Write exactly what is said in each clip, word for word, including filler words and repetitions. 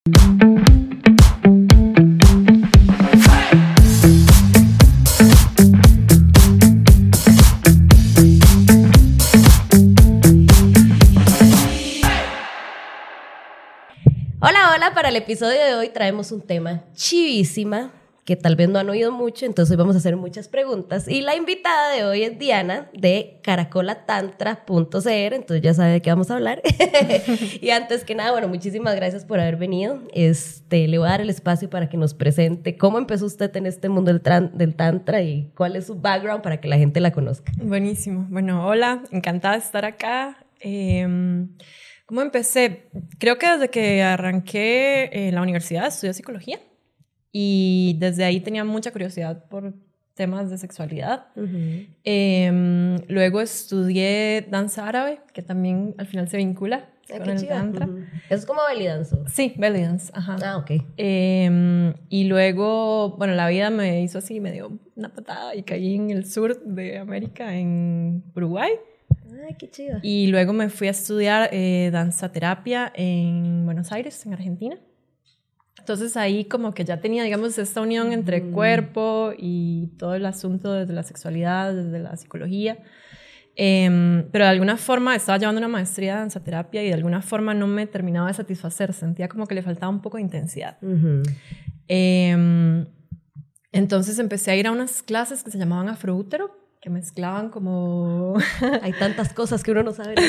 Hola, hola, para el episodio de hoy traemos un tema chivísima que tal vez no han oído mucho, entonces hoy vamos a hacer muchas preguntas. Y la invitada de hoy es Diana de caracola tantra punto c r, entonces ya sabe de qué vamos a hablar. Y antes que nada, bueno, muchísimas gracias por haber venido. Este, le voy a dar el espacio para que nos presente cómo empezó usted en este mundo del, tran- del tantra y cuál es su background para que la gente la conozca. Buenísimo. Bueno, hola, encantada de estar acá. Eh, ¿Cómo empecé? Creo que desde que arranqué en la universidad estudié psicología. Y desde ahí tenía mucha curiosidad por temas de sexualidad. Uh-huh. Eh, luego estudié danza árabe, que también al final se vincula ah, con el chiva. Tantra. Uh-huh. ¿Es como belly dance? Sí, belly dance, ajá. Ah, ok. Eh, y luego, bueno, la vida me hizo así, me dio una patada y caí en el sur de América, en Uruguay. Ay, qué chido. Y luego me fui a estudiar eh, danza terapia en Buenos Aires, en Argentina. Entonces ahí como que ya tenía, digamos, esta unión entre mm. cuerpo y todo el asunto desde la sexualidad, desde la psicología. Eh, pero de alguna forma estaba llevando una maestría de danzaterapia y de alguna forma no me terminaba de satisfacer. Sentía como que le faltaba un poco de intensidad. Uh-huh. Eh, entonces empecé a ir a unas clases que se llamaban afroútero, que mezclaban como... Hay tantas cosas que uno no sabe.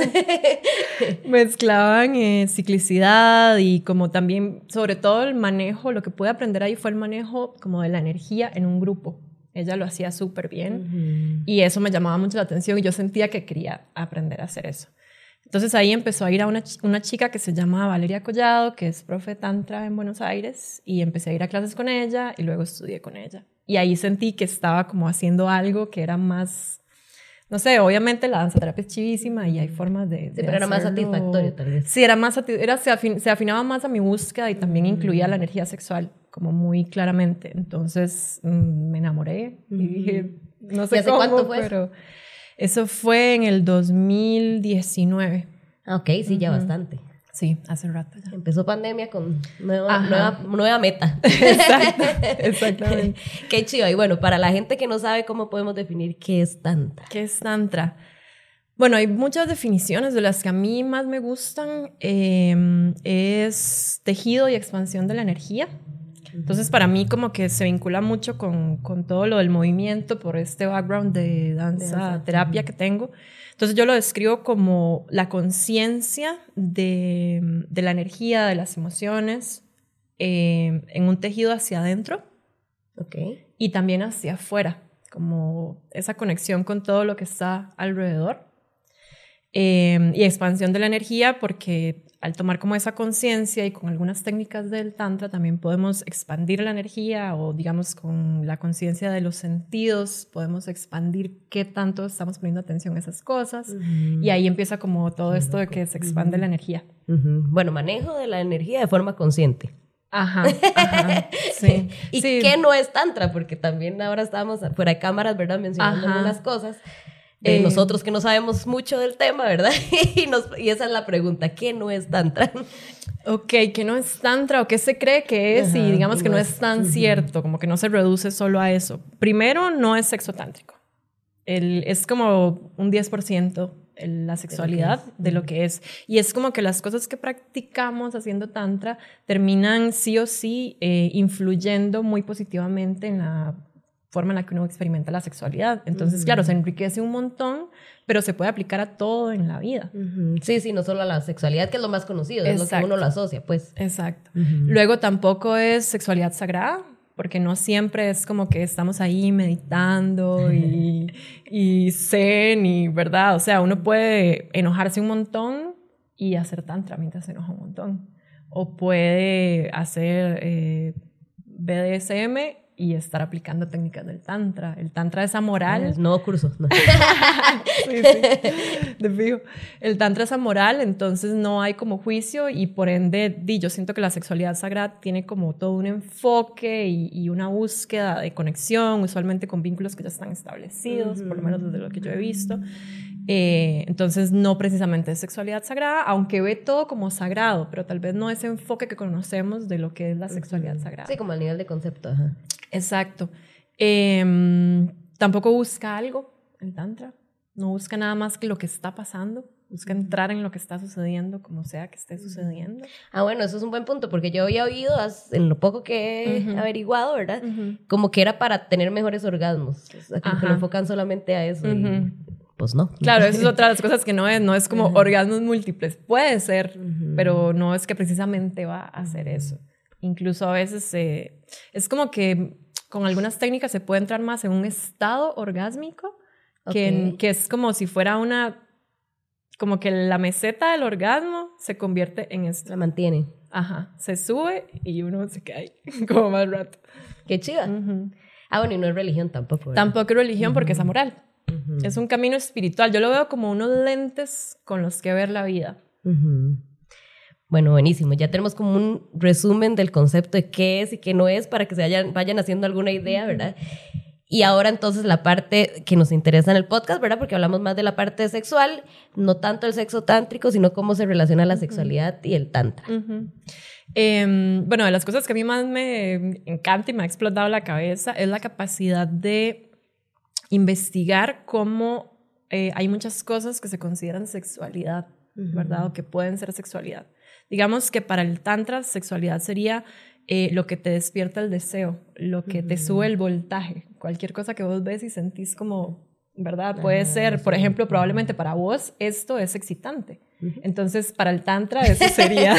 Mezclaban eh, ciclicidad y como también, sobre todo el manejo, lo que pude aprender ahí fue el manejo como de la energía en un grupo. Ella lo hacía súper bien. Uh-huh. Y eso me llamaba mucho la atención y yo sentía que quería aprender a hacer eso. Entonces ahí empezó a ir a una, una chica que se llama Valeria Collado, que es profe tantra en Buenos Aires, y empecé a ir a clases con ella y luego estudié con ella. Y ahí sentí que estaba como haciendo algo que era más, no sé, obviamente la danza terapia es chivísima y hay formas de, de sí, pero era más satisfactorio tal vez. Sí, era más, era, se, afin, se afinaba más a mi búsqueda y también mm. incluía la energía sexual como muy claramente. Entonces mmm, me enamoré mm. y dije, no sé ¿Y hace cómo, cuánto fue? Pero eso fue en el dos mil diecinueve. Ah, ok, sí, uh-huh. ya bastante. Sí, hace rato ya. Empezó pandemia con nueva, nueva, nueva meta. Exacto, exactamente. Qué chido. Y bueno, para la gente que no sabe, ¿cómo podemos definir qué es tantra? ¿Qué es tantra? Bueno, hay muchas definiciones. De las que a mí más me gustan eh, es tejido y expansión de la energía. Entonces, para mí como que se vincula mucho con, con todo lo del movimiento por este background de danza, de danza terapia uh-huh. que tengo. Entonces, yo lo describo como la conciencia de, de la energía, de las emociones, eh, en un tejido hacia adentro okay. y también hacia afuera, como esa conexión con todo lo que está alrededor. Eh, y expansión de la energía porque al tomar como esa conciencia y con algunas técnicas del tantra también podemos expandir la energía o digamos con la conciencia de los sentidos podemos expandir qué tanto estamos poniendo atención a esas cosas uh-huh. y ahí empieza como todo esto de que se expande uh-huh. la energía. Uh-huh. Bueno, manejo de la energía de forma consciente. Ajá, ajá, sí. ¿Y sí. qué no es tantra? Porque también ahora estábamos fuera de cámaras, ¿verdad? Mencionando ajá. algunas cosas. De eh, nosotros que no sabemos mucho del tema, ¿verdad? y, nos, y esa es la pregunta, ¿qué no es tantra? Ok, ¿qué no es tantra o qué se cree que es? Ajá, y digamos que no es, es tan uh-huh. cierto, como que no se reduce solo a eso. Primero, no es sexo tántrico. El, es como un diez por ciento el, la sexualidad de lo que es. Y es como que las cosas que practicamos haciendo tantra terminan sí o sí eh, influyendo muy positivamente en la forma en la que uno experimenta la sexualidad. Entonces, uh-huh. claro, se enriquece un montón, pero se puede aplicar a todo en la vida. Uh-huh. Sí, sí, no solo a la sexualidad, que es lo más conocido, Exacto. es lo que uno lo asocia, pues. Exacto. Uh-huh. Luego tampoco es sexualidad sagrada, porque no siempre es como que estamos ahí meditando y, y zen y, ¿verdad? O sea, uno puede enojarse un montón y hacer tantra mientras se enoja un montón. O puede hacer eh, B D S M y estar aplicando técnicas del tantra. El tantra es amoral. Es nuevo curso. No. sí, sí, de fijo. El tantra es amoral, entonces no hay como juicio y por ende, di, yo siento que la sexualidad sagrada tiene como todo un enfoque y, y una búsqueda de conexión, usualmente con vínculos que ya están establecidos, uh-huh. por lo menos desde lo que yo he visto. Eh, entonces, no precisamente es sexualidad sagrada, aunque ve todo como sagrado, pero tal vez no ese enfoque que conocemos de lo que es la sexualidad sagrada. Sí, como al nivel de concepto. Ajá. Exacto. Eh, tampoco busca algo, el tantra. No busca nada más que lo que está pasando. Busca entrar en lo que está sucediendo, como sea que esté sucediendo. Ah, bueno, eso es un buen punto, porque yo había oído, en lo poco que he uh-huh. averiguado, ¿verdad? Uh-huh. Como que era para tener mejores orgasmos. O sea, como que lo enfocan solamente a eso. Uh-huh. Y pues no. Claro, eso es otra de las cosas que no es. No es como uh-huh. orgasmos múltiples. Puede ser, uh-huh. pero no es que precisamente va a hacer eso. Incluso a veces eh, es como que con algunas técnicas se puede entrar más en un estado orgásmico, que, okay. en, que es como si fuera una... Como que la meseta del orgasmo se convierte en esto. La mantiene. Ajá. Se sube y uno se queda ahí como más rato. Qué chiva. Uh-huh. Ah, bueno, y no es religión tampoco, ¿verdad? Tampoco es religión uh-huh. porque es amoral. Uh-huh. Es un camino espiritual. Yo lo veo como unos lentes con los que ver la vida. Uh-huh. Bueno, buenísimo. Ya tenemos como un resumen del concepto de qué es y qué no es para que se vayan, vayan haciendo alguna idea, ¿verdad? Y ahora entonces la parte que nos interesa en el podcast, ¿verdad? Porque hablamos más de la parte sexual, no tanto el sexo tántrico, sino cómo se relaciona la sexualidad uh-huh. y el tantra. Uh-huh. Eh, bueno, de las cosas que a mí más me encanta y me ha explotado la cabeza es la capacidad de investigar cómo eh, hay muchas cosas que se consideran sexualidad, uh-huh. ¿verdad? O que pueden ser sexualidad. Digamos que para el tantra, sexualidad sería... Eh, lo que te despierta el deseo, lo que uh-huh. te sube el voltaje, cualquier cosa que vos ves y sentís como, ¿verdad? Puede uh-huh. ser, por ejemplo, probablemente para vos esto es excitante. Uh-huh. Entonces, para el tantra eso sería,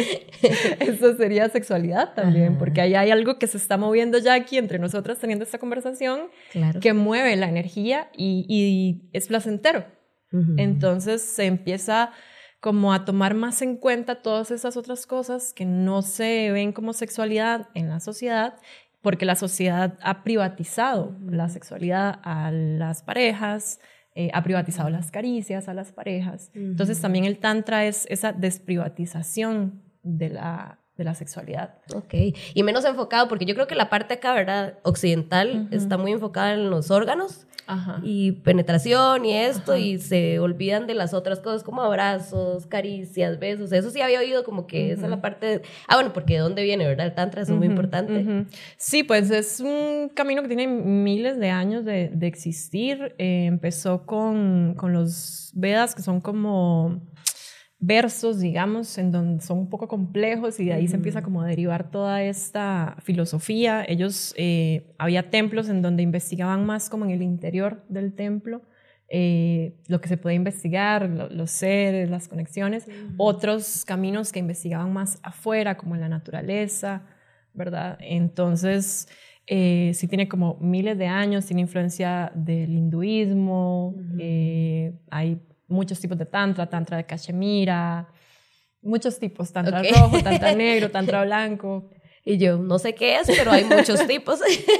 eso sería sexualidad también, uh-huh. porque ahí hay algo que se está moviendo ya aquí entre nosotras teniendo esta conversación, claro. que mueve la energía y, y es placentero. Uh-huh. Entonces, se empieza... como a tomar más en cuenta todas esas otras cosas que no se ven como sexualidad en la sociedad, porque la sociedad ha privatizado la sexualidad a las parejas, eh, ha privatizado las caricias a las parejas. Uh-huh. Entonces también el tantra es esa desprivatización de la, de la sexualidad. Ok, y menos enfocado, porque yo creo que la parte acá, ¿verdad? Occidental uh-huh. está muy enfocada en los órganos. Ajá. Y penetración y esto, ajá. y se olvidan de las otras cosas como abrazos, caricias, besos. Eso sí había oído como que uh-huh. esa es la parte de... Ah, bueno, porque de dónde viene, ¿verdad? El tantra, eso uh-huh. es muy importante. Uh-huh. Sí, pues es un camino que tiene miles de años de, de existir. Eh, empezó con, con los Vedas, que son como versos, digamos, en donde son un poco complejos y de ahí uh-huh. se empieza como a derivar toda esta filosofía. Ellos, eh, había templos en donde investigaban más como en el interior del templo, eh, lo que se puede investigar, lo, los seres, las conexiones, uh-huh. otros caminos que investigaban más afuera, como en la naturaleza, ¿verdad? Entonces, eh, sí tiene como miles de años, tiene influencia del hinduismo, uh-huh. eh, hay muchos tipos de tantra, tantra de cachemira, muchos tipos, tantra okay. rojo, tantra negro, tantra blanco. Y yo, no sé qué es, pero hay muchos tipos.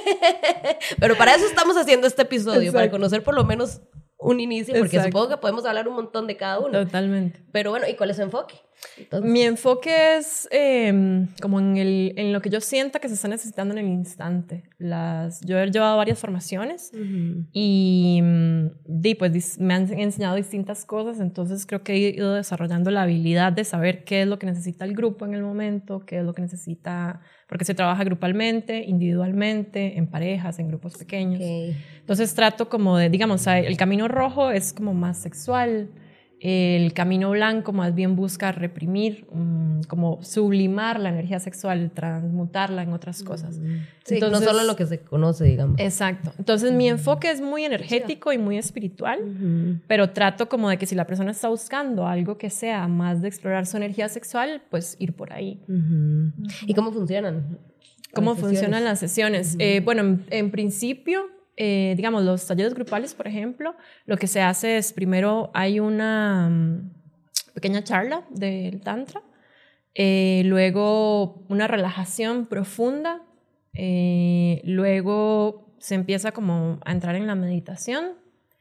Pero para eso estamos haciendo este episodio, exacto. para conocer por lo menos un inicio, porque exacto. supongo que podemos hablar un montón de cada uno. Totalmente. Pero bueno, ¿y cuál es su enfoque? Entonces, mi enfoque es eh, como en, el, en lo que yo sienta que se está necesitando en el instante. Las, yo he llevado varias formaciones uh-huh. y, y pues me han enseñado distintas cosas, entonces creo que he ido desarrollando la habilidad de saber qué es lo que necesita el grupo en el momento, qué es lo que necesita, porque se trabaja grupalmente, individualmente, en parejas, en grupos pequeños. Okay. Entonces trato como de, digamos, el camino rojo es como más sexual. El camino blanco más bien busca reprimir, um, como sublimar la energía sexual, transmutarla en otras cosas. Sí, entonces, no solo lo que se conoce, digamos. Exacto. Entonces uh-huh. mi enfoque es muy energético y muy espiritual, uh-huh. pero trato como de que si la persona está buscando algo que sea más de explorar su energía sexual, pues ir por ahí. Uh-huh. Uh-huh. ¿Y cómo funcionan? ¿Cómo funcionan las sesiones? Uh-huh. Eh, bueno, en, en principio... Eh, digamos, los talleres grupales, por ejemplo, lo que se hace es primero hay una um, pequeña charla del tantra, eh, luego una relajación profunda, eh, luego se empieza como a entrar en la meditación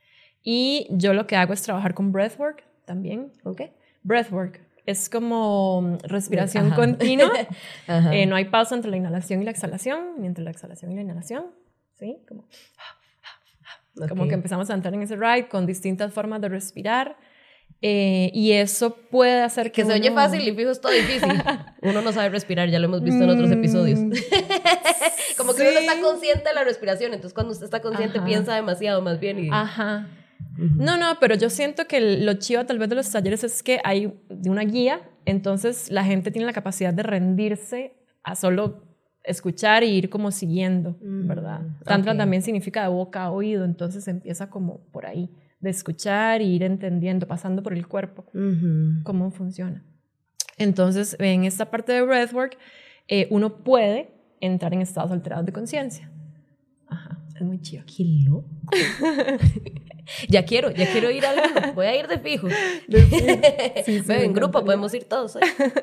y yo lo que hago es trabajar con breathwork también. ¿Okay? Breathwork es como respiración Ajá. continua, Ajá. Eh, no hay pausa entre la inhalación y la exhalación, ni entre la exhalación y la inhalación. ¿Sí? Como, Okay. Como que empezamos a entrar en ese ride con distintas formas de respirar. Eh, y eso puede hacer que Que se uno... oye fácil y fijo es todo difícil. Uno no sabe respirar, ya lo hemos visto en otros episodios. Como que sí. uno está consciente de la respiración, entonces cuando usted está consciente Ajá. piensa demasiado más bien. Y... Ajá. Uh-huh. No, no, pero yo siento que lo chido tal vez de los talleres es que hay una guía, entonces la gente tiene la capacidad de rendirse a solo escuchar y ir como siguiendo, mm, ¿verdad? Tantra okay. también significa de boca a oído, entonces empieza como por ahí, de escuchar y ir entendiendo, pasando por el cuerpo, uh-huh. cómo funciona. Entonces, en esta parte de breathwork, eh, uno puede entrar en estados alterados de conciencia. Ajá, es muy chido. ¡Qué loco! Ya quiero, ya quiero ir a alguno. Voy a ir de fijo. De fijo. Sí, sí, en grupo podemos ir todos. ¿eh?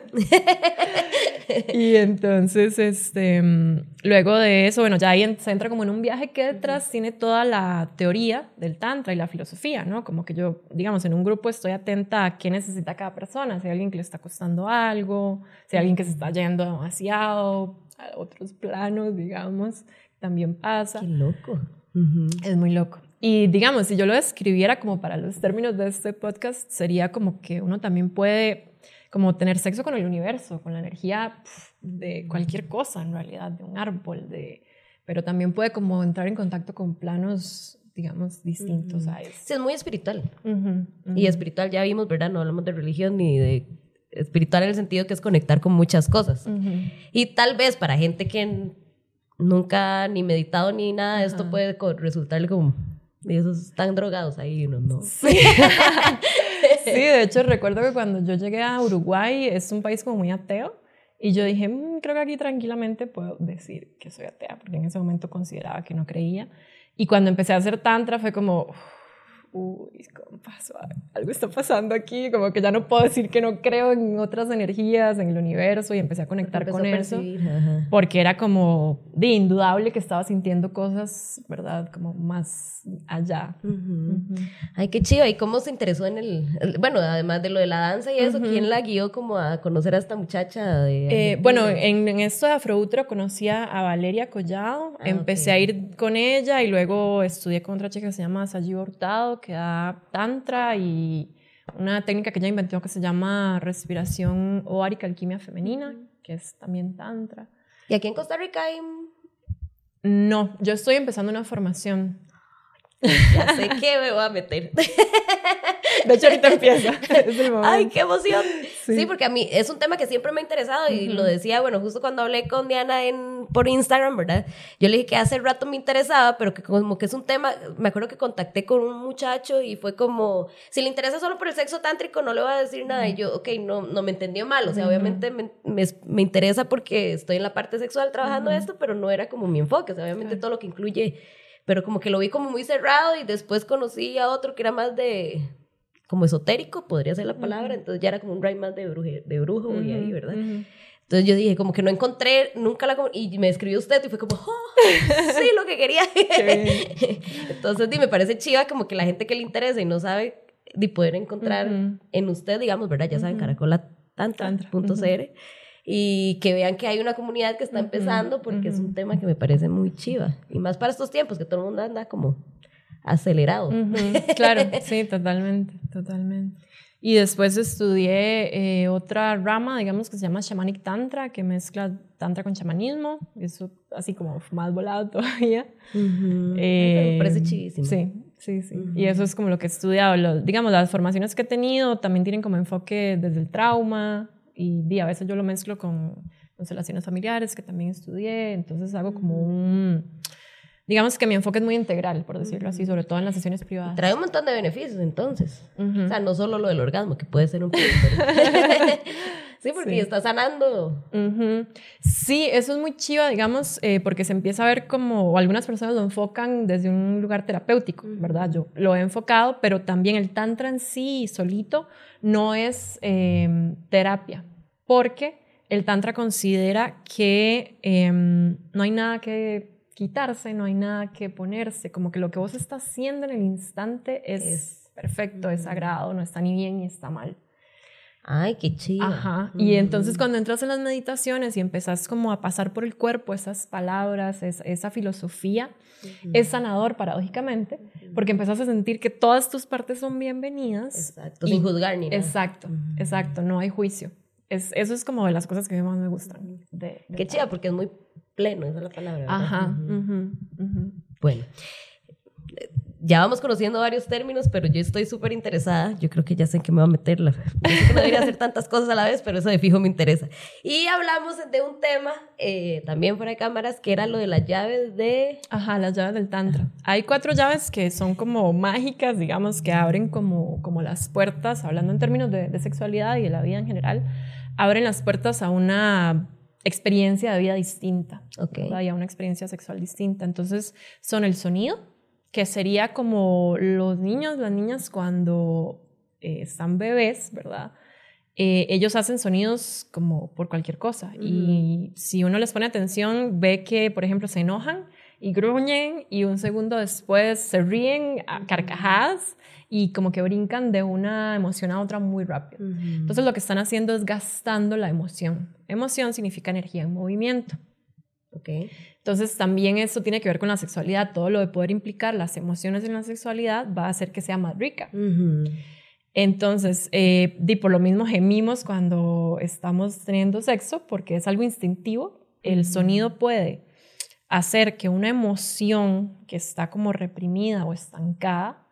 Y entonces, este, luego de eso, bueno, ya ahí se entra como en un viaje que detrás uh-huh. tiene toda la teoría del Tantra y la filosofía, ¿no? Como que yo, digamos, en un grupo estoy atenta a qué necesita cada persona. Si hay alguien que le está costando algo, si hay alguien que se está yendo demasiado a otros planos, digamos, también pasa. ¡Qué loco! Uh-huh. Es muy loco. Y digamos, si yo lo describiera como para los términos de este podcast, sería como que uno también puede como tener sexo con el universo, con la energía pff, de cualquier cosa en realidad, de un árbol, de, pero también puede como entrar en contacto con planos, digamos, distintos uh-huh. a eso. Sí, es muy espiritual. Uh-huh, uh-huh. Y espiritual ya vimos, ¿verdad? No hablamos de religión ni de espiritual en el sentido que es conectar con muchas cosas. Uh-huh. Y tal vez para gente que nunca ni meditado ni nada de uh-huh. esto puede resultarle como... Y esos están drogados ahí, uno no. Sí. Sí, de hecho recuerdo que cuando yo llegué a Uruguay es un país como muy ateo y yo dije, mmm, creo que aquí tranquilamente puedo decir que soy atea porque en ese momento consideraba que no creía y cuando empecé a hacer tantra fue como, uy, ¿cómo pasó? Algo está pasando aquí, como que ya no puedo decir que no creo en otras energías, en el universo y empecé a conectar con eso porque era como de indudable que estaba sintiendo cosas, ¿verdad? Como más allá. Uh-huh. Uh-huh. Ay, qué chido. ¿Y cómo se interesó en el, el bueno, además de lo de la danza y eso, uh-huh. quién la guió como a conocer a esta muchacha? De, eh, bueno, en, en esto de Afroutero conocí a Valeria Collado, ah, empecé okay. a ir con ella y luego estudié con otra chica que se llama Sayiva Hurtado, que da tantra y una técnica que ella inventó que se llama respiración ovárica alquimia femenina, que es también tantra. ¿Y aquí en Costa Rica hay...? No, yo estoy empezando una formación. Ya sé que me voy a meter. De hecho, ahorita empieza. Es el momento. ¡Ay, qué emoción! Sí. Sí, porque a mí es un tema que siempre me ha interesado y uh-huh. lo decía, bueno, justo cuando hablé con Diana en, por Instagram, ¿verdad? Yo le dije que hace rato me interesaba, pero que como que es un tema, me acuerdo que contacté con un muchacho y fue como, si le interesa solo por el sexo tántrico, no le voy a decir nada. Uh-huh. Y yo, ok, no, no me entendió mal, o sea, uh-huh. obviamente me, me, me interesa porque estoy en la parte sexual trabajando uh-huh. esto, pero no era como mi enfoque, o sea, obviamente uh-huh. todo lo que incluye... Pero como que lo vi como muy cerrado y después conocí a otro que era más de, como esotérico, podría ser la palabra, uh-huh. entonces ya era como un ride más de, bruje, de brujo uh-huh. y ahí, ¿verdad? Uh-huh. Entonces yo dije, como que no encontré nunca la... Y me escribió usted y fue como, oh, sí, lo que quería. Entonces sí, me parece chiva como que la gente que le interesa y no sabe de poder encontrar uh-huh. en usted, digamos, ¿verdad? Ya saben, uh-huh. caracola tantra punto c r. Uh-huh. Y que vean que hay una comunidad que está uh-huh, empezando porque uh-huh. es un tema que me parece muy chiva. Y más para estos tiempos, que todo el mundo anda como acelerado. Uh-huh. Claro, sí, totalmente, totalmente. Y después estudié eh, otra rama, digamos, que se llama Shamanic Tantra, que mezcla tantra con chamanismo. Eso así como más volado todavía. Uh-huh. Eh, me parece chivísimo. Sí, sí, sí. Uh-huh. Y eso es como lo que he estudiado. Lo, digamos, las formaciones que he tenido también tienen como enfoque desde el trauma. Y, y a veces yo lo mezclo con constelaciones familiares, que también estudié. Entonces hago como un... Digamos que mi enfoque es muy integral, por decirlo así, sobre todo en las sesiones privadas. Trae un montón de beneficios, entonces. Uh-huh. O sea, no solo lo del orgasmo, que puede ser un poco... Sí, porque sí. Está sanando. Uh-huh. Sí, eso es muy chiva, digamos, eh, porque se empieza a ver como... Algunas personas lo enfocan desde un lugar terapéutico, uh-huh. ¿verdad? Yo lo he enfocado, pero también el tantra en sí, solito, no es eh, terapia. Porque el tantra considera que eh, no hay nada que... quitarse, no hay nada que ponerse, como que lo que vos estás haciendo en el instante es, es perfecto, uh-huh. es sagrado, no está ni bien ni está mal. Ay, qué chido. Ajá. Mm. Y entonces cuando entras en las meditaciones y empezás como a pasar por el cuerpo esas palabras, esa, esa filosofía, uh-huh. es sanador paradójicamente, uh-huh. porque empezás a sentir que todas tus partes son bienvenidas. Exacto, y, sin juzgar ni nada. Exacto, uh-huh. exacto, no hay juicio. Es, eso es como de las cosas que más me gustan. De, de qué chida, porque es muy pleno, esa es la palabra, ¿verdad? Ajá. Uh-huh. Uh-huh. Uh-huh. Bueno. Ya vamos conociendo varios términos, pero yo estoy súper interesada. Yo creo que ya sé en qué me voy a meter. Yo sé que no debería hacer tantas cosas a la vez, pero eso de fijo me interesa. Y hablamos de un tema, eh, también fuera de cámaras, que era lo de las llaves de... Ajá, las llaves del tantra. Hay cuatro llaves que son como mágicas, digamos, que abren como, como las puertas, hablando en términos de, de sexualidad y de la vida en general, abren las puertas a una experiencia de vida distinta, okay. ¿verdad? Y a una experiencia sexual distinta. Entonces, son el sonido, que sería como los niños, las niñas cuando eh, están bebés, ¿verdad? Eh, ellos hacen sonidos como por cualquier cosa. Uh-huh. Y si uno les pone atención, ve que, por ejemplo, se enojan y gruñen y un segundo después se ríen a carcajadas y como que brincan de una emoción a otra muy rápido. Uh-huh. Entonces lo que están haciendo es gastando la emoción. Emoción significa energía en movimiento. Okay. Entonces también eso tiene que ver con la sexualidad. Todo lo de poder implicar las emociones en la sexualidad va a hacer que sea más rica. Uh-huh. Entonces, eh, y por lo mismo gemimos cuando estamos teniendo sexo porque es algo instintivo. El uh-huh. sonido puede hacer que una emoción que está como reprimida o estancada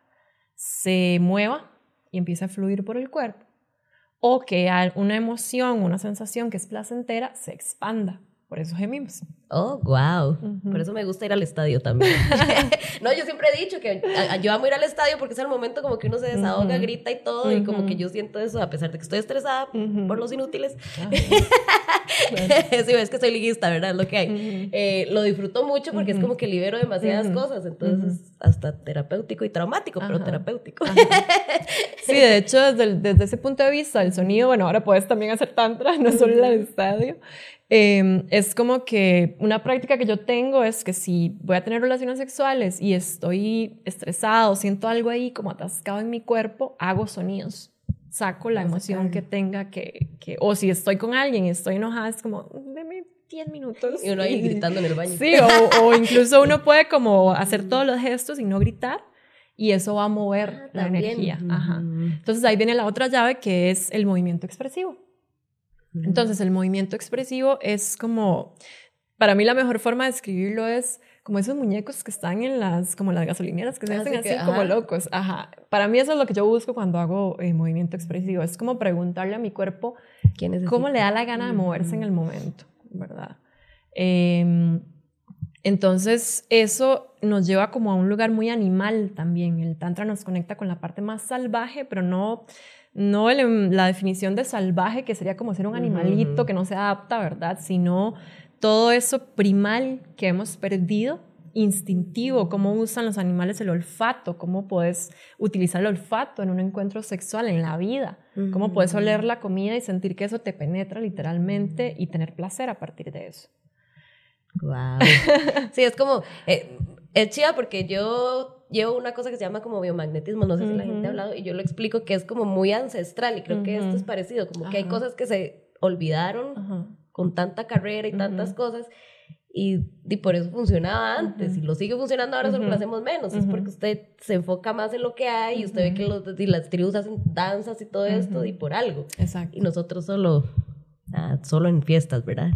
se mueva y empiece a fluir por el cuerpo, o que una emoción, una sensación que es placentera se expanda. Por eso gemimos. Oh, wow. Uh-huh. Por eso me gusta ir al estadio también. No, yo siempre he dicho que a, a, yo amo ir al estadio porque es el momento como que uno se desahoga, uh-huh. grita y todo, uh-huh. y como que yo siento eso, a pesar de que estoy estresada uh-huh. por los inútiles. Uh-huh. Bueno. Sí, es que soy liguista, ¿verdad? Es lo que hay. Uh-huh. Eh, lo disfruto mucho porque uh-huh. es como que libero demasiadas uh-huh. cosas, entonces uh-huh. es hasta terapéutico y traumático, uh-huh. pero terapéutico. Uh-huh. Sí, de hecho, desde, el, desde ese punto de vista, el sonido, bueno, ahora puedes también hacer tantra, no solo en el estadio. Eh, es como que una práctica que yo tengo es que si voy a tener relaciones sexuales y estoy estresado, siento algo ahí como atascado en mi cuerpo, hago sonidos, saco la emoción que tenga que, que, o si estoy con alguien y estoy enojada, es como, deme diez minutos. Y uno ahí y, gritando en el baño. Sí, o, o incluso uno puede como hacer todos los gestos y no gritar, y eso va a mover ah, la también. energía. Ajá. Entonces ahí viene la otra llave, que es el movimiento expresivo. Entonces el movimiento expresivo es como, para mí la mejor forma de describirlo es como esos muñecos que están en las, como las gasolineras, que se hacen así, así como locos. Ajá. Para mí eso es lo que yo busco cuando hago eh, movimiento expresivo, es como preguntarle a mi cuerpo cómo le da la gana de moverse en el momento, ¿verdad? Eh, entonces eso nos lleva como a un lugar muy animal también. El tantra nos conecta con la parte más salvaje, pero no... No el, la definición de salvaje, que sería como ser un animalito uh-huh. que no se adapta, ¿verdad? Sino todo eso primal que hemos perdido, instintivo, cómo usan los animales el olfato, cómo puedes utilizar el olfato en un encuentro sexual, en la vida, uh-huh. cómo puedes oler la comida y sentir que eso te penetra literalmente y tener placer a partir de eso. Wow. Sí, es como... Eh, es chida porque yo llevo una cosa que se llama como biomagnetismo, no sé uh-huh. si la gente ha hablado, y yo lo explico que es como muy ancestral, y creo uh-huh. que esto es parecido, como uh-huh. que hay cosas que se olvidaron uh-huh. con tanta carrera y uh-huh. tantas cosas, y, y por eso funcionaba antes, uh-huh. y lo sigue funcionando ahora, uh-huh. solo lo hacemos menos, uh-huh. es porque usted se enfoca más en lo que hay, y usted uh-huh. ve que los, y las tribus hacen danzas y todo uh-huh. esto, y por algo. Exacto. Y nosotros solo... Ah, solo en fiestas, ¿verdad?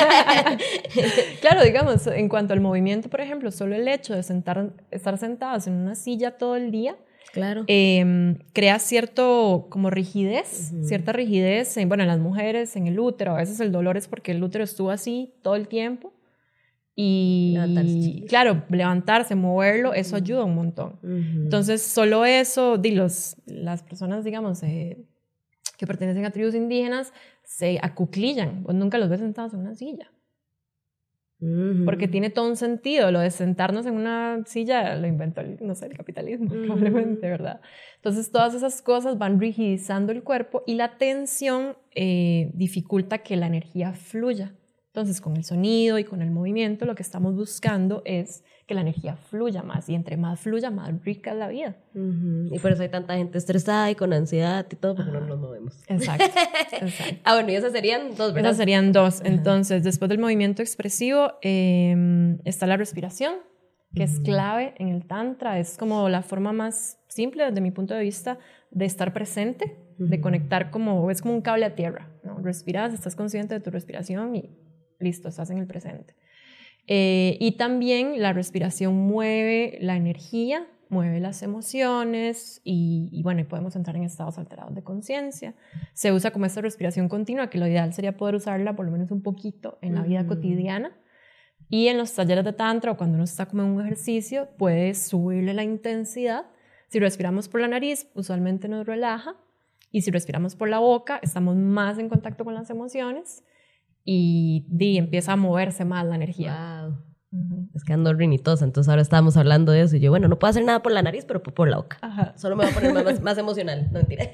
Claro, digamos, en cuanto al movimiento, por ejemplo, solo el hecho de sentar, estar sentados en una silla todo el día, claro. eh, crea cierto como rigidez, uh-huh. cierta rigidez, en, bueno, en las mujeres, en el útero. A veces el dolor es porque el útero estuvo así todo el tiempo. Y levantarse. Claro, levantarse, moverlo, eso uh-huh. ayuda un montón. Uh-huh. Entonces, solo eso, di, los, las personas, digamos, eh, que pertenecen a tribus indígenas, se acuclillan, vos nunca los ves sentados en una silla. Uh-huh. Porque tiene todo un sentido, lo de sentarnos en una silla lo inventó, el, no sé, el capitalismo, uh-huh. probablemente, ¿verdad? Entonces todas esas cosas van rigidizando el cuerpo y la tensión eh, dificulta que la energía fluya. Entonces, con el sonido y con el movimiento, lo que estamos buscando es que la energía fluya más, y entre más fluya, más rica es la vida. Uh-huh. Y por eso hay tanta gente estresada y con ansiedad y todo, porque Ajá. no nos movemos. Exacto, exacto. Ah, bueno, y esas serían dos, ¿verdad? Esas serían dos. Ajá. Entonces, después del movimiento expresivo, eh, está la respiración, que uh-huh. es clave en el Tantra. Es como la forma más simple, desde mi punto de vista, de estar presente, uh-huh. de conectar como, es como un cable a tierra, ¿no? Respiras, estás consciente de tu respiración y listo, estás en el presente. Eh, y también la respiración mueve la energía, mueve las emociones y, y bueno, y podemos entrar en estados alterados de conciencia. Se usa como esta respiración continua, que lo ideal sería poder usarla por lo menos un poquito en la vida mm. cotidiana. Y en los talleres de Tantra o cuando uno está como en un ejercicio, puedes subirle la intensidad. Si respiramos por la nariz, usualmente nos relaja. Y si respiramos por la boca, estamos más en contacto con las emociones. Y, y empieza a moverse más la energía. Wow. Uh-huh. Es que ando rinitosa, entonces ahora estábamos hablando de eso y yo, bueno, no puedo hacer nada por la nariz, pero por la boca. Ajá. Solo me voy a poner más, más emocional, no mentira.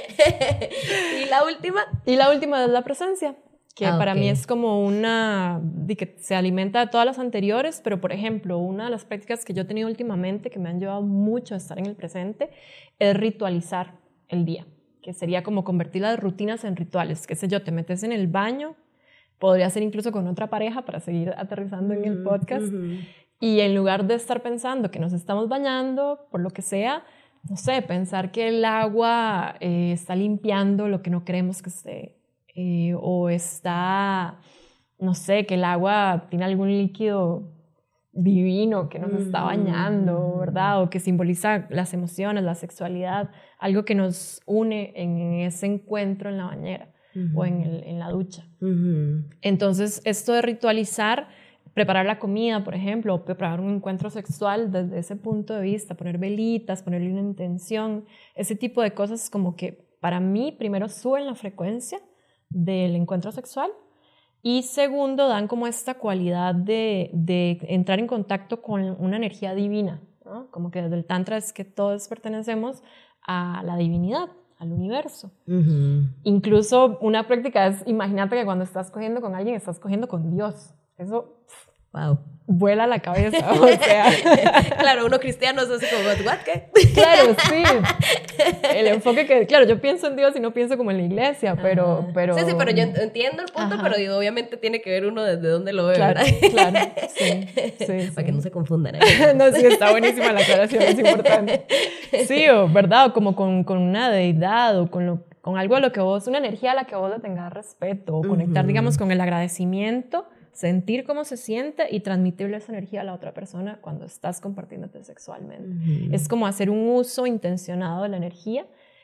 ¿Y la última? Y la última es la presencia, que ah, para okay. mí es como una, de que se alimenta de todas las anteriores, pero por ejemplo, una de las prácticas que yo he tenido últimamente que me han llevado mucho a estar en el presente es ritualizar el día, que sería como convertir las rutinas en rituales, qué sé yo, te metes en el baño, podría ser incluso con otra pareja para seguir aterrizando en el podcast. Uh-huh. Y en lugar de estar pensando que nos estamos bañando, por lo que sea, no sé, pensar que el agua eh, está limpiando lo que no queremos que esté. Eh, o está, no sé, que el agua tiene algún líquido divino que nos uh-huh. está bañando, ¿verdad? O que simboliza las emociones, la sexualidad, algo que nos une en ese encuentro en la bañera. Uh-huh. O en, el, en la ducha. Uh-huh. Entonces, esto de ritualizar, preparar la comida, por ejemplo, o preparar un encuentro sexual desde ese punto de vista, poner velitas, ponerle una intención, ese tipo de cosas como que para mí, primero, suben la frecuencia del encuentro sexual y segundo, dan como esta cualidad de, de entrar en contacto con una energía divina, ¿no? Como que desde el Tantra es que todos pertenecemos a la divinidad, al universo. Uh-huh. Incluso una práctica es, imagínate que cuando estás cogiendo con alguien, estás cogiendo con Dios. Eso, wow, vuela la cabeza, o sea. Claro, uno cristiano es así como, ¿what? ¿Qué? Claro, sí. El enfoque que, claro, yo pienso en Dios y no pienso como en la iglesia, pero... pero sí, sí, pero yo entiendo el punto, ajá. pero digo, obviamente tiene que ver uno desde dónde lo ve, claro, ¿verdad? Claro, sí, sí. Para sí. que no se confundan. ¿eh? No, sí, está buenísima la aclaración, es importante. Sí, o, ¿verdad? O como con, con una deidad o con, lo, con algo a lo que vos, una energía a la que vos le tengas respeto, o conectar, uh-huh. digamos, con el agradecimiento, sentir cómo se siente y transmitirle esa energía a la otra persona cuando estás compartiéndote sexualmente. Uh-huh. Es como hacer un uso intencionado de la energía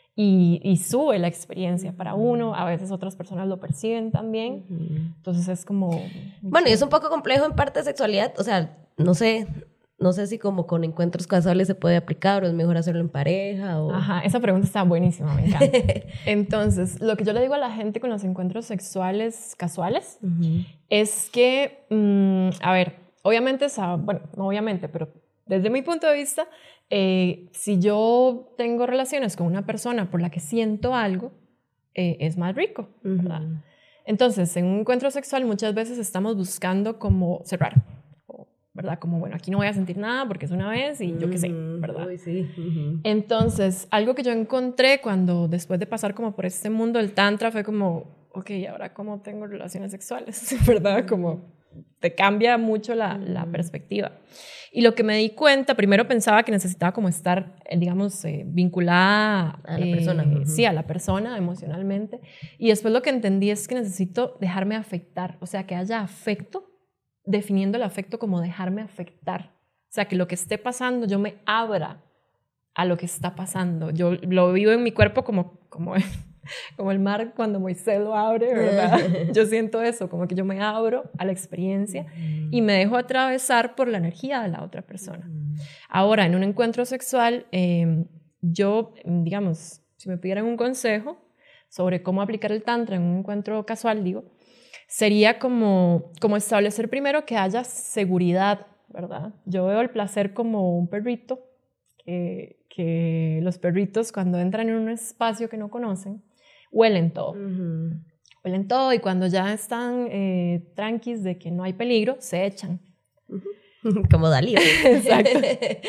y, y sube la experiencia para uno, a veces otras personas lo perciben también, uh-huh. entonces es como... Bueno, y es un poco complejo en parte de sexualidad, o sea, no sé... No sé si como con encuentros casuales se puede aplicar o es mejor hacerlo en pareja o... Ajá, esa pregunta está buenísima, me encanta. Entonces, lo que yo le digo a la gente con los encuentros sexuales casuales uh-huh. es que, mmm, a ver, obviamente, bueno, no obviamente, pero desde mi punto de vista, eh, si yo tengo relaciones con una persona por la que siento algo, eh, es más rico, uh-huh. ¿verdad? Entonces, en un encuentro sexual muchas veces estamos buscando como cerrar, ¿verdad? Como, bueno, aquí no voy a sentir nada porque es una vez y yo qué sé, ¿verdad? Uy, sí. Uh-huh. Entonces, algo que yo encontré cuando, después de pasar como por este mundo del Tantra, fue como, ok, ¿ahora cómo tengo relaciones sexuales? ¿Verdad? Como te cambia mucho la, uh-huh. la perspectiva. Y lo que me di cuenta, primero pensaba que necesitaba como estar, digamos, eh, vinculada a la eh, persona. Uh-huh. Sí, a la persona emocionalmente. Y después lo que entendí es que necesito dejarme afectar, o sea, que haya afecto, definiendo el afecto como dejarme afectar. O sea, que lo que esté pasando, yo me abra a lo que está pasando. Yo lo vivo en mi cuerpo como, como, como el mar cuando Moisés lo abre, ¿verdad? Yo siento eso, como que yo me abro a la experiencia y me dejo atravesar por la energía de la otra persona. Ahora, en un encuentro sexual, eh, yo, digamos, si me pidieran un consejo sobre cómo aplicar el Tantra en un encuentro casual, digo, sería como, como establecer primero que haya seguridad, ¿verdad? Yo veo el placer como un perrito, que, que los perritos cuando entran en un espacio que no conocen, huelen todo. Uh-huh. huelen todo y cuando ya están eh, tranquis de que no hay peligro, se echan. Como Dalí. Exacto.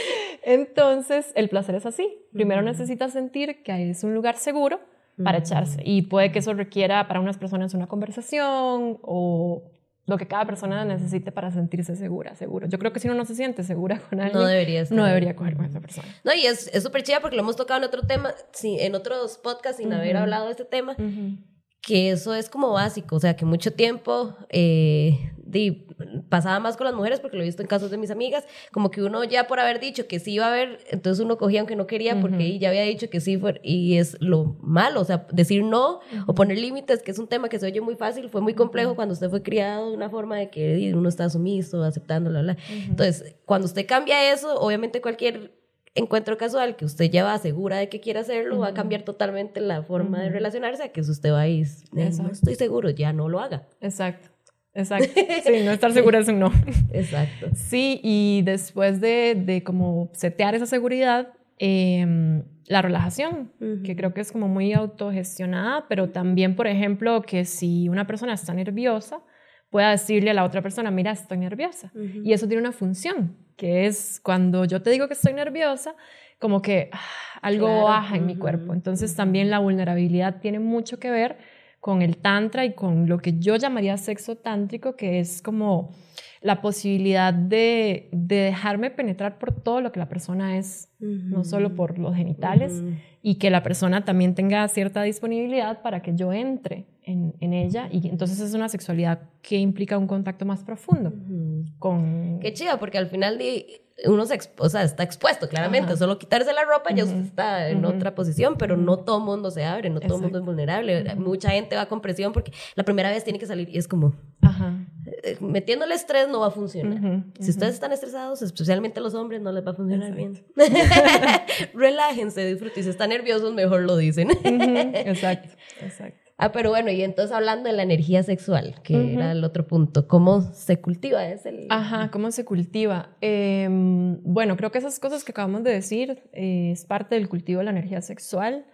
Entonces, el placer es así. Primero necesitas sentir que es un lugar seguro para echarse y puede que eso requiera para unas personas una conversación o lo que cada persona necesite para sentirse segura, seguro. Yo creo que si uno no se siente segura con alguien, no debería, estar no debería coger con esa persona. No, y es súper chida porque lo hemos tocado en otro tema, sí, en otros podcasts sin uh-huh. haber hablado de este tema, uh-huh. que eso es como básico, o sea, que mucho tiempo eh, di, pasaba más con las mujeres porque lo he visto en casos de mis amigas, como que uno ya por haber dicho que sí iba a haber, entonces uno cogía aunque no quería porque uh-huh. ya había dicho que sí fue, y es lo malo, o sea, decir no uh-huh. o poner límites, que es un tema que se oye muy fácil, fue muy complejo uh-huh. cuando usted fue criado de una forma de que uno está sumiso, aceptando, bla, bla. Uh-huh. Entonces, cuando usted cambia eso, obviamente cualquier encuentro casual que usted ya va segura de que quiere hacerlo, uh-huh. va a cambiar totalmente la forma uh-huh. de relacionarse a que si usted va ahí, eh, no estoy seguro, ya no lo haga. Exacto. Exacto, sí, no estar segura es un no. Exacto. Sí, y después de, de como setear esa seguridad, eh, la relajación, uh-huh. que creo que es como muy autogestionada, pero también, por ejemplo, que si una persona está nerviosa, pueda decirle a la otra persona, mira, estoy nerviosa. Uh-huh. Y eso tiene una función, que es cuando yo te digo que estoy nerviosa, como que ah, algo claro. baja en uh-huh. mi cuerpo. Entonces, uh-huh. también la vulnerabilidad tiene mucho que ver con el tantra y con lo que yo llamaría sexo tántrico, que es como la posibilidad de, de dejarme penetrar por todo lo que la persona es, uh-huh. no solo por los genitales, uh-huh. y que la persona también tenga cierta disponibilidad para que yo entre en, en ella, y entonces es una sexualidad que implica un contacto más profundo. Uh-huh. con... Qué chido, porque al final de... uno se exp- o sea, está expuesto, claramente. Ajá. Solo quitarse la ropa, uh-huh. ya usted está en uh-huh. otra posición, pero uh-huh. no todo mundo se abre, no todo el mundo es vulnerable. Uh-huh. Mucha gente va con presión porque la primera vez tiene que salir y es como... Ajá. Eh, metiéndole estrés no va a funcionar. Uh-huh. Si ustedes están estresados, especialmente los hombres, no les va a funcionar Exacto. bien. Relájense, disfruten. Si están nerviosos, mejor lo dicen. Uh-huh. Exacto, exacto. Ah, pero bueno, y entonces hablando de la energía sexual, que uh-huh. era el otro punto, ¿cómo se cultiva? Es el... Ajá, ¿cómo se cultiva? Eh, bueno, creo que esas cosas que acabamos de decir eh, es parte del cultivo de la energía sexual.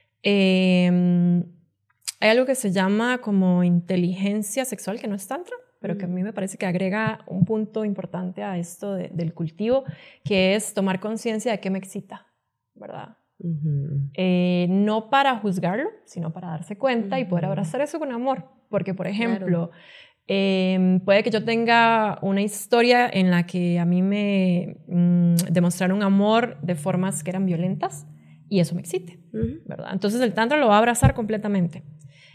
Eh, hay algo que se llama como inteligencia sexual, que no es tantra, pero que a mí me parece que agrega un punto importante a esto de, del cultivo, que es tomar conciencia de qué me excita, ¿verdad? Uh-huh. Eh, no para juzgarlo, sino para darse cuenta uh-huh. y poder abrazar eso con amor. Porque, por ejemplo, claro. eh, puede que yo tenga una historia en la que a mí me mm, demostraron amor de formas que eran violentas y eso me excite, uh-huh. ¿verdad? Entonces el tantra lo va a abrazar completamente.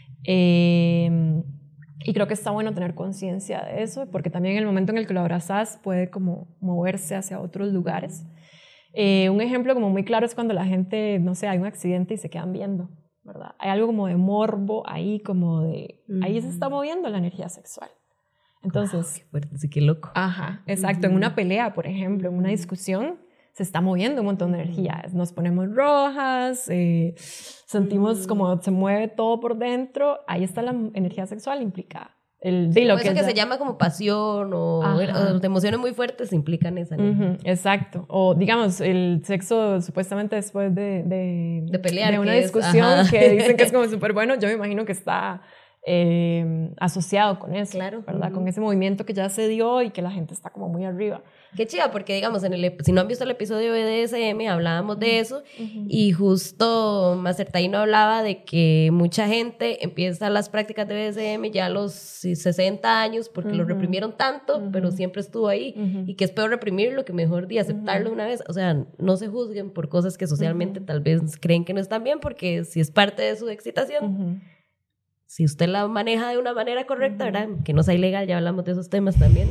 Eh, y creo que está bueno tener conciencia de eso, porque también en el momento en el que lo abrazas puede como moverse hacia otros lugares. Eh, un ejemplo como muy claro es cuando la gente, no sé, hay un accidente y se quedan viendo, ¿verdad? Hay algo como de morbo ahí, como de... Mm. Ahí se está moviendo la energía sexual. Entonces... Wow, qué fuerte, sí, qué loco. Ajá, exacto. Mm. En una pelea, por ejemplo, en una discusión, se está moviendo un montón de energía. Nos ponemos rojas, eh, sentimos mm. como se mueve todo por dentro. Ahí está la energía sexual implicada. El, sí, lo eso que, que ya... se llama como pasión o, o emociones muy fuertes implican esa energía. Uh-huh, exacto. O digamos, el sexo supuestamente después de, de, de pelear, de una discusión es, que dicen que es como súper bueno, yo me imagino que está eh, asociado con eso, claro. ¿verdad? Uh-huh. Con ese movimiento que ya se dio y que la gente está como muy arriba. Qué chido, porque digamos, en el, si no han visto el episodio de B D S M, hablábamos de eso, uh-huh. y justo Master Taino hablaba de que mucha gente empieza las prácticas de B D S M ya a los sesenta años porque uh-huh. lo reprimieron tanto, uh-huh. pero siempre estuvo ahí, uh-huh. y que es peor reprimirlo que mejor de aceptarlo uh-huh. una vez. O sea, no se juzguen por cosas que socialmente uh-huh. tal vez creen que no están bien, porque si es parte de su excitación, uh-huh. si usted la maneja de una manera correcta, uh-huh. ¿verdad? Que no sea ilegal, ya hablamos de esos temas también.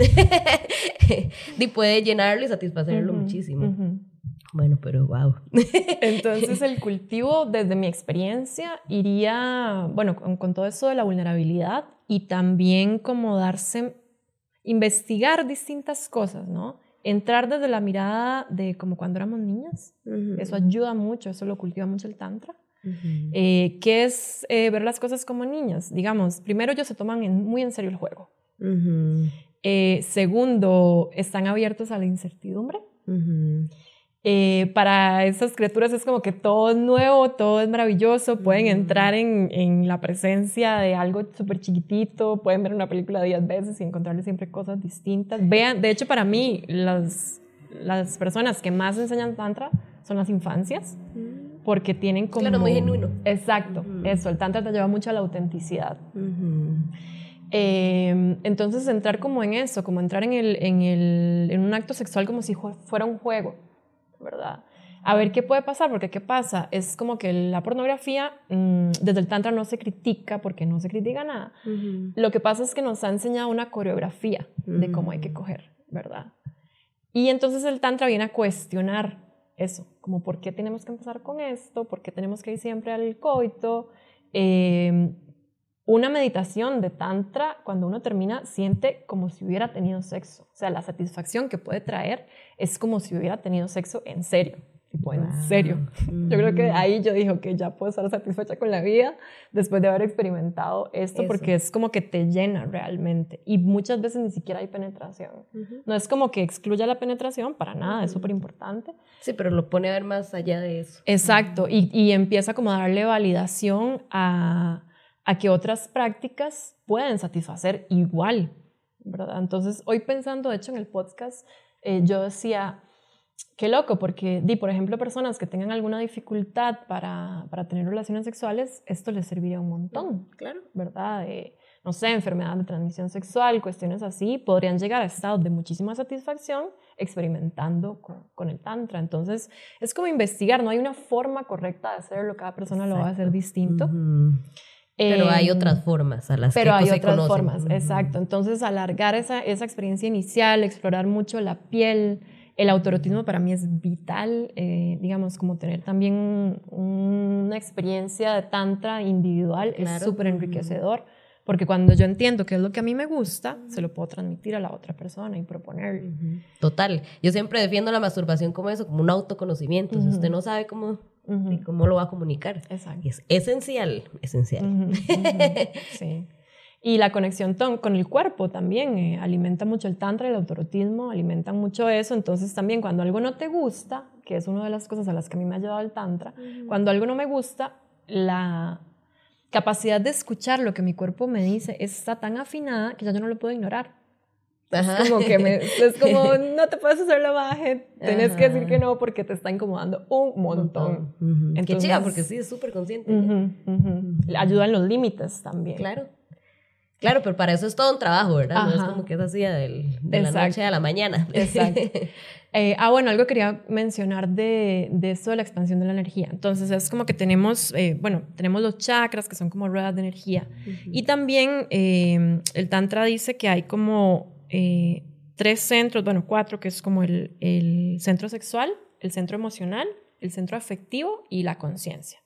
Y puede llenarlo y satisfacerlo uh-huh. muchísimo. Uh-huh. Bueno, pero wow. Entonces el cultivo, desde mi experiencia, iría, bueno, con, con todo eso de la vulnerabilidad y también como darse, investigar distintas cosas, ¿no? Entrar desde la mirada de como cuando éramos niñas. Uh-huh. Eso ayuda mucho, eso lo cultiva mucho el tantra. Uh-huh. Eh, que es eh, ver las cosas como niñas. Digamos, primero ellos se toman en, muy en serio el juego. Uh-huh. eh, segundo, están abiertos a la incertidumbre. Uh-huh. Eh, para esas criaturas es como que todo es nuevo, todo es maravilloso, pueden mm. entrar en, en la presencia de algo súper chiquitito, pueden ver una película diez veces y encontrarle siempre cosas distintas. Vean, de hecho para mí las, las personas que más enseñan tantra son las infancias, mm. porque tienen como... Claro, muy genuino. Exacto, mm. eso, el tantra te lleva mucho a la autenticidad. Mm-hmm. Eh, entonces entrar como en eso, como entrar en, el, en, el, en un acto sexual como si fuera un juego, ¿verdad? A ver qué puede pasar, porque ¿qué pasa? Es como que la pornografía mmm, desde el tantra no se critica porque no se critica nada. Uh-huh. Lo que pasa es que nos ha enseñado una coreografía uh-huh. de cómo hay que coger, ¿verdad? Y entonces el tantra viene a cuestionar eso, como por qué tenemos que empezar con esto, por qué tenemos que ir siempre al coito. Eh, una meditación de tantra, cuando uno termina, siente como si hubiera tenido sexo. O sea, la satisfacción que puede traer es como si hubiera tenido sexo en serio. Tipo, en wow. serio. Mm-hmm. Yo creo que ahí yo dije, que ya puedo estar satisfecha con la vida después de haber experimentado esto, Eso. porque es como que te llena realmente. Y muchas veces ni siquiera hay penetración. Uh-huh. No es como que excluya la penetración, para nada, uh-huh. es súper importante. Sí, pero lo pone a ver más allá de eso. Exacto, uh-huh. y, y empieza como a darle validación a... a que otras prácticas pueden satisfacer igual, ¿verdad? Entonces, hoy pensando, de hecho, en el podcast, eh, yo decía, qué loco, porque, di, por ejemplo, personas que tengan alguna dificultad para, para tener relaciones sexuales, esto les serviría un montón, claro, ¿verdad? Eh, no sé, enfermedad de transmisión sexual, cuestiones así, podrían llegar a estados de muchísima satisfacción experimentando con, con el tantra. Entonces, es como investigar, no hay una forma correcta de hacerlo, cada persona Exacto. lo va a hacer distinto. Uh-huh. Pero eh, hay otras formas a las pero que hay se otras conocen. formas, uh-huh. exacto. Entonces, alargar esa, esa experiencia inicial, explorar mucho la piel, el autoerotismo para mí es vital, eh, digamos, como tener también una experiencia de tantra individual claro. es súper enriquecedor, porque cuando yo entiendo qué es lo que a mí me gusta, uh-huh. se lo puedo transmitir a la otra persona y proponerle. Uh-huh. Total. Yo siempre defiendo la masturbación como eso, como un autoconocimiento. Uh-huh. Si usted no sabe cómo... Uh-huh. ¿Y cómo lo va a comunicar? Exacto. Y es esencial, esencial. Uh-huh, uh-huh, sí. Y la conexión ton, con el cuerpo también eh, alimenta mucho el tantra y el autoerotismo, alimentan mucho eso. Entonces también cuando algo no te gusta, que es una de las cosas a las que a mí me ha ayudado el tantra, uh-huh. cuando algo no me gusta, la capacidad de escuchar lo que mi cuerpo me dice está tan afinada que ya yo no lo puedo ignorar. Ajá. Es como que me, es como no te puedes hacer la baje, tenés Ajá. que decir que no porque te está incomodando un montón. Uh-huh. Entonces, qué chica, porque sí es súper consciente. Uh-huh, uh-huh. Ayudan los límites también. Claro. Claro, pero para eso es todo un trabajo, ¿verdad? Ajá. No es como que es así del, de Exacto. la noche a la mañana. Exacto. Eh, ah, bueno, algo quería mencionar de, de esto de la expansión de la energía. Entonces, es como que tenemos, eh, bueno, tenemos los chakras, que son como ruedas de energía. Uh-huh. Y también eh, el Tantra dice que hay como eh, tres centros, bueno, cuatro, que es como el, el centro sexual, el centro emocional, el centro afectivo y la conciencia.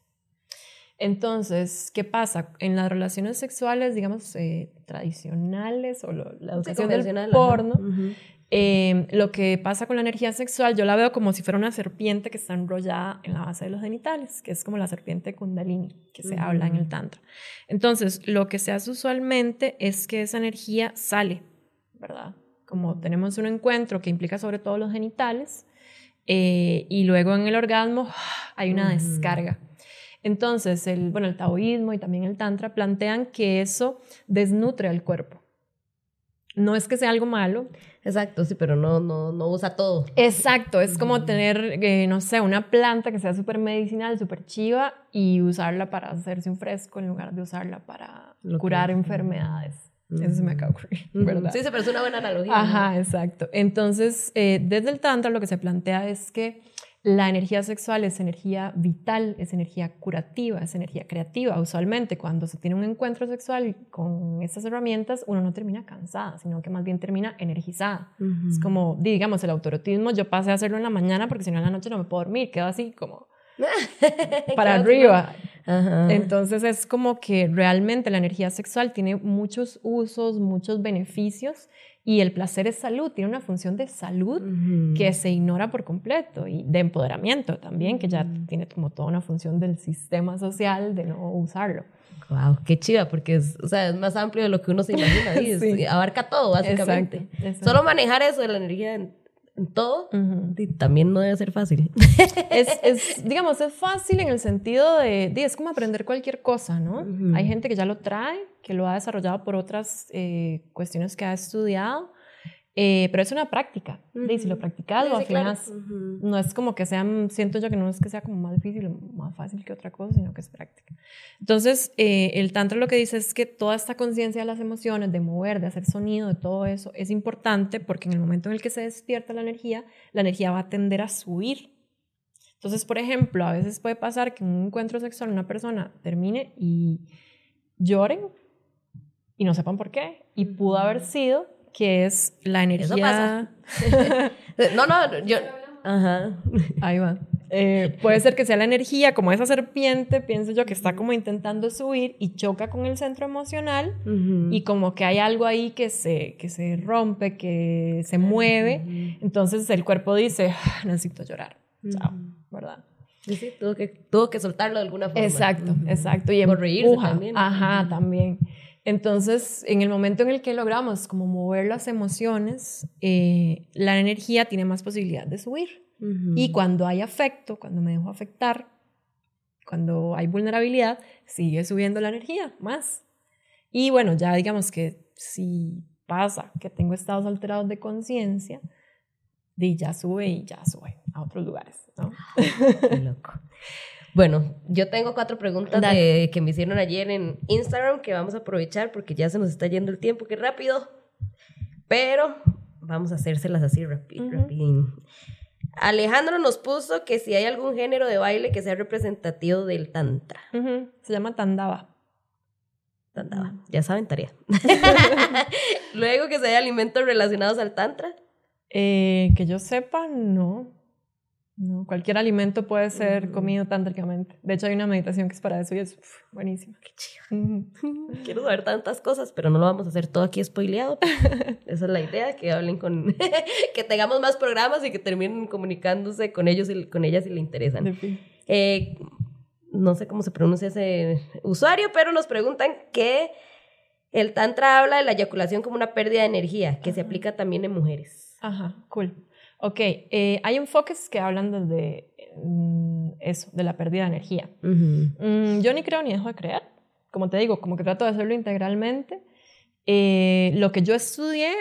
Entonces, ¿qué pasa? En las relaciones sexuales, digamos, eh, tradicionales o lo, la educación sí, del porno, uh-huh. eh, lo que pasa con la energía sexual, yo la veo como si fuera una serpiente que está enrollada en la base de los genitales, que es como la serpiente Kundalini, que se uh-huh. habla en el Tantra. Entonces, lo que se hace usualmente es que esa energía sale, ¿verdad? Como tenemos un encuentro que implica sobre todo los genitales, eh, y luego en el orgasmo hay una uh-huh. descarga. Entonces, el, bueno, el taoísmo y también el tantra plantean que eso desnutre al cuerpo. No es que sea algo malo. Exacto, sí, pero no, no, no usa todo. Exacto, es como tener, eh, no sé, una planta que sea súper medicinal, súper chiva y usarla para hacerse un fresco en lugar de usarla para Lo curar que... enfermedades. Uh-huh. Eso se me acaba de ocurrir, ¿verdad? Sí, sí, pero es una buena analogía. Ajá, ¿no? Exacto. Entonces, eh, desde el tantra lo que se plantea es que la energía sexual es energía vital, es energía curativa, es energía creativa. Usualmente cuando se tiene un encuentro sexual con estas herramientas, uno no termina cansada, sino que más bien termina energizada. Uh-huh. Es como, digamos, el autoerotismo, yo pasé a hacerlo en la mañana porque si no en la noche no me puedo dormir, quedo así como para arriba. Uh-huh. Entonces es como que realmente la energía sexual tiene muchos usos, muchos beneficios. Y el placer es salud, tiene una función de salud uh-huh. que se ignora por completo y de empoderamiento también, que ya uh-huh. tiene como toda una función del sistema social de no usarlo. Wow, qué chiva, porque es, o sea, es más amplio de lo que uno se imagina, ¿sí? Sí. Abarca todo básicamente. Exacto, exacto. Solo manejar eso de la energía en todo, Uh-huh. y también no debe ser fácil. Es, es, digamos, es fácil en el sentido de, de, es como aprender cualquier cosa, ¿no? Uh-huh. Hay gente que ya lo trae, que lo ha desarrollado por otras eh, cuestiones que ha estudiado, eh, pero es una práctica. Uh-huh. Y si lo practicas, sí, lo sí, afinas. Claro. Uh-huh. No es como que sea, siento yo que no es que sea como más difícil o más fácil que otra cosa, sino que es práctica. Entonces, eh, el tantra lo que dice es que toda esta conciencia de las emociones, de mover, de hacer sonido, de todo eso, es importante porque en el momento en el que se despierta la energía, la energía va a tender a subir. Entonces, por ejemplo, a veces puede pasar que en un encuentro sexual una persona termine y lloren y no sepan por qué. Y pudo haber sido que es la energía... Eso pasa. no, no, yo... Ajá. Ahí va. Eh, puede ser que sea la energía, como esa serpiente, pienso yo, que está como intentando subir y choca con el centro emocional, uh-huh. y como que hay algo ahí que se, que se rompe, que se mueve. Uh-huh. Entonces el cuerpo dice, necesito llorar. Uh-huh. Chao, ¿verdad? Sí, sí, tuvo que, tuvo que soltarlo de alguna forma. Exacto, uh-huh. exacto. Y por reírse también. Ajá, uh-huh. también. Entonces, en el momento en el que logramos como mover las emociones, eh, la energía tiene más posibilidad de subir. Uh-huh. Y cuando hay afecto, cuando me dejo afectar, cuando hay vulnerabilidad, sigue subiendo la energía más. Y bueno, ya digamos que si pasa que tengo estados alterados de conciencia, ya sube y ya sube a otros lugares, ¿no? Qué loco. Bueno, yo tengo cuatro preguntas de, que me hicieron ayer en Instagram que vamos a aprovechar porque ya se nos está yendo el tiempo, qué rápido. Pero vamos a hacérselas así rápido, uh-huh. rapidín. Alejandro nos puso que si hay algún género de baile que sea representativo del tantra. Uh-huh. Se llama tandava. Tandava, uh-huh. Ya saben, tarea. Luego que si hay alimentos relacionados al tantra. Eh, que yo sepa, no. No, cualquier alimento puede ser uh-huh. comido tántricamente. De hecho, hay una meditación que es para eso y es uf, buenísima. Qué chido. Uh-huh. Quiero saber tantas cosas, pero no lo vamos a hacer todo aquí spoileado. Esa es la idea, que hablen con... que tengamos más programas y que terminen comunicándose con ellos y con ellas si le interesan. Eh, no sé cómo se pronuncia ese usuario, pero nos preguntan que el tantra habla de la eyaculación como una pérdida de energía, que uh-huh. se aplica también en mujeres. Ajá, cool. Ok, eh, hay enfoques que hablan desde mm, eso, de la pérdida de energía. Uh-huh. Mm, yo ni creo ni dejo de creer. Como te digo, como que trato de hacerlo integralmente. Eh, lo que yo estudié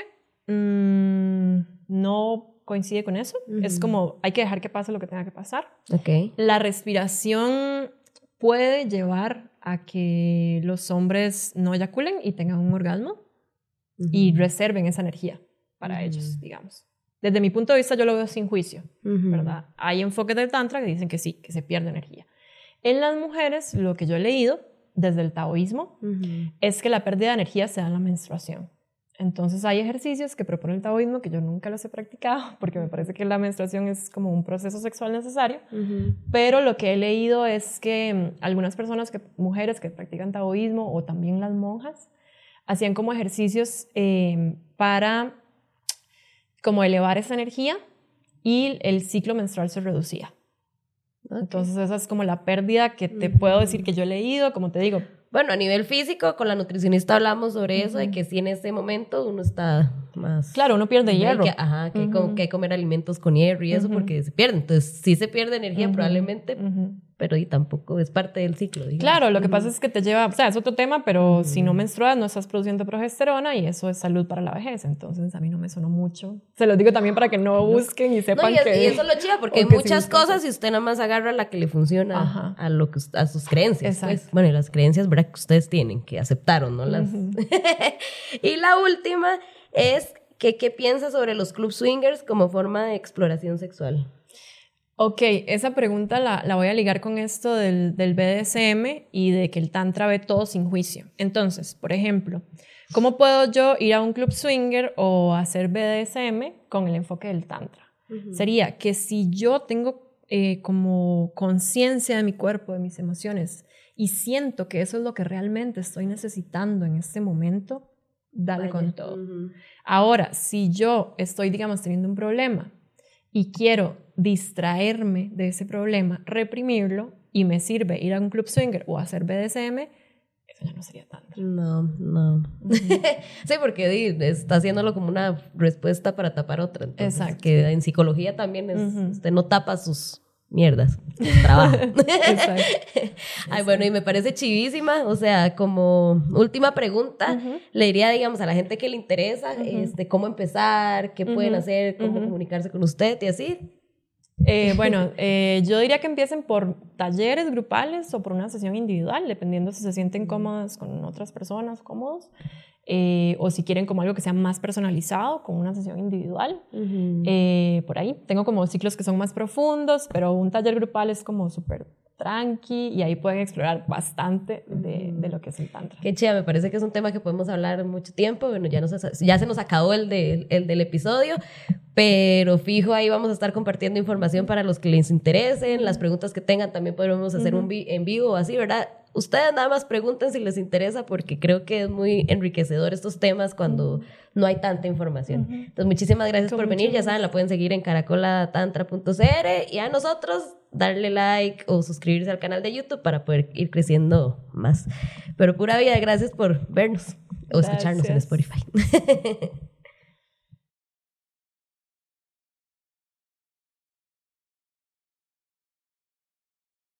mmm, no coincide con eso. Uh-huh. Es como, hay que dejar que pase lo que tenga que pasar. Okay. La respiración puede llevar a que los hombres no eyaculen y tengan un orgasmo uh-huh. y reserven esa energía para uh-huh. ellos, digamos. Desde mi punto de vista yo lo veo sin juicio, uh-huh. ¿verdad? Hay enfoques del tantra que dicen que sí, que se pierde energía. En las mujeres, lo que yo he leído desde el taoísmo uh-huh. es que la pérdida de energía se da en la menstruación. Entonces hay ejercicios que propone el taoísmo que yo nunca los he practicado porque me parece que la menstruación es como un proceso sexual necesario, uh-huh. pero lo que he leído es que algunas personas, que, mujeres que practican taoísmo o también las monjas, hacían como ejercicios eh, para... como elevar esa energía y el ciclo menstrual se reducía. Okay. Entonces esa es como la pérdida que te uh-huh. puedo decir que yo he leído, como te digo. Bueno, a nivel físico, con la nutricionista hablamos sobre uh-huh. eso, de que si en este momento uno está más... Claro, uno pierde hierro. Que, ajá, que, uh-huh. como, que hay que comer alimentos con hierro y eso uh-huh. porque se pierde. Entonces sí se pierde energía uh-huh. probablemente, uh-huh. pero y tampoco es parte del ciclo, digamos. Claro, lo que uh-huh. pasa es que te lleva... O sea, es otro tema, pero uh-huh. si no menstruas no estás produciendo progesterona y eso es salud para la vejez. Entonces a mí no me sonó mucho. Se los digo también para que no busquen y sepan no, y es, que... Y eso es lo chido, porque hay muchas sí cosas y usted nada más agarra la que le funciona a, lo que, a sus creencias. Pues. Bueno, y las creencias, ¿verdad? Que ustedes tienen, que aceptaron, ¿no? Las... Uh-huh. Y la última es que ¿qué piensas sobre los club swingers como forma de exploración sexual? Ok, esa pregunta la, la voy a ligar con esto del, del B D S M y de que el tantra ve todo sin juicio. Entonces, por ejemplo, ¿cómo puedo yo ir a un club swinger o hacer B D S M con el enfoque del tantra? Uh-huh. Sería que si yo tengo eh, como conciencia de mi cuerpo, de mis emociones, y siento que eso es lo que realmente estoy necesitando en este momento, dale Vaya. Con todo. Uh-huh. Ahora, si yo estoy, digamos, teniendo un problema y quiero distraerme de ese problema, reprimirlo, y me sirve ir a un club swinger o hacer B D S M, eso ya no sería tantra. No, no. Uh-huh. Sí, porque di, está haciéndolo como una respuesta para tapar otra. Entonces, exacto. Que en psicología también es, uh-huh. usted no tapa sus mierdas, trabaja. Exacto. Ay, bueno, y me parece chivísima, o sea, como última pregunta, uh-huh. le diría, digamos, a la gente que le interesa, uh-huh. este, cómo empezar, qué uh-huh. pueden hacer, cómo uh-huh. comunicarse con usted y así. Eh, bueno, eh, yo diría que empiecen por talleres grupales o por una sesión individual, dependiendo si se sienten cómodas con otras personas, cómodos. Eh, o si quieren como algo que sea más personalizado, con una sesión individual. Uh-huh. Eh, por ahí. Tengo como ciclos que son más profundos, pero un taller grupal es como súper tranqui y ahí pueden explorar bastante de, de lo que es el tantra. Qué chida, me parece que es un tema que podemos hablar mucho tiempo. Bueno, ya, nos, ya se nos acabó el, de, el del episodio, pero fijo, ahí vamos a estar compartiendo información para los que les interesen, las preguntas que tengan también podremos hacer uh-huh. un vi- en vivo o así, ¿verdad? Ustedes nada más pregunten si les interesa porque creo que es muy enriquecedor estos temas cuando uh-huh. no hay tanta información. Uh-huh. Entonces, muchísimas gracias Con por venir. Ya saben, la pueden seguir en caracola tantra punto c r y a nosotros darle like o suscribirse al canal de YouTube para poder ir creciendo más. Pero pura vida, gracias por vernos o gracias. Escucharnos en Spotify.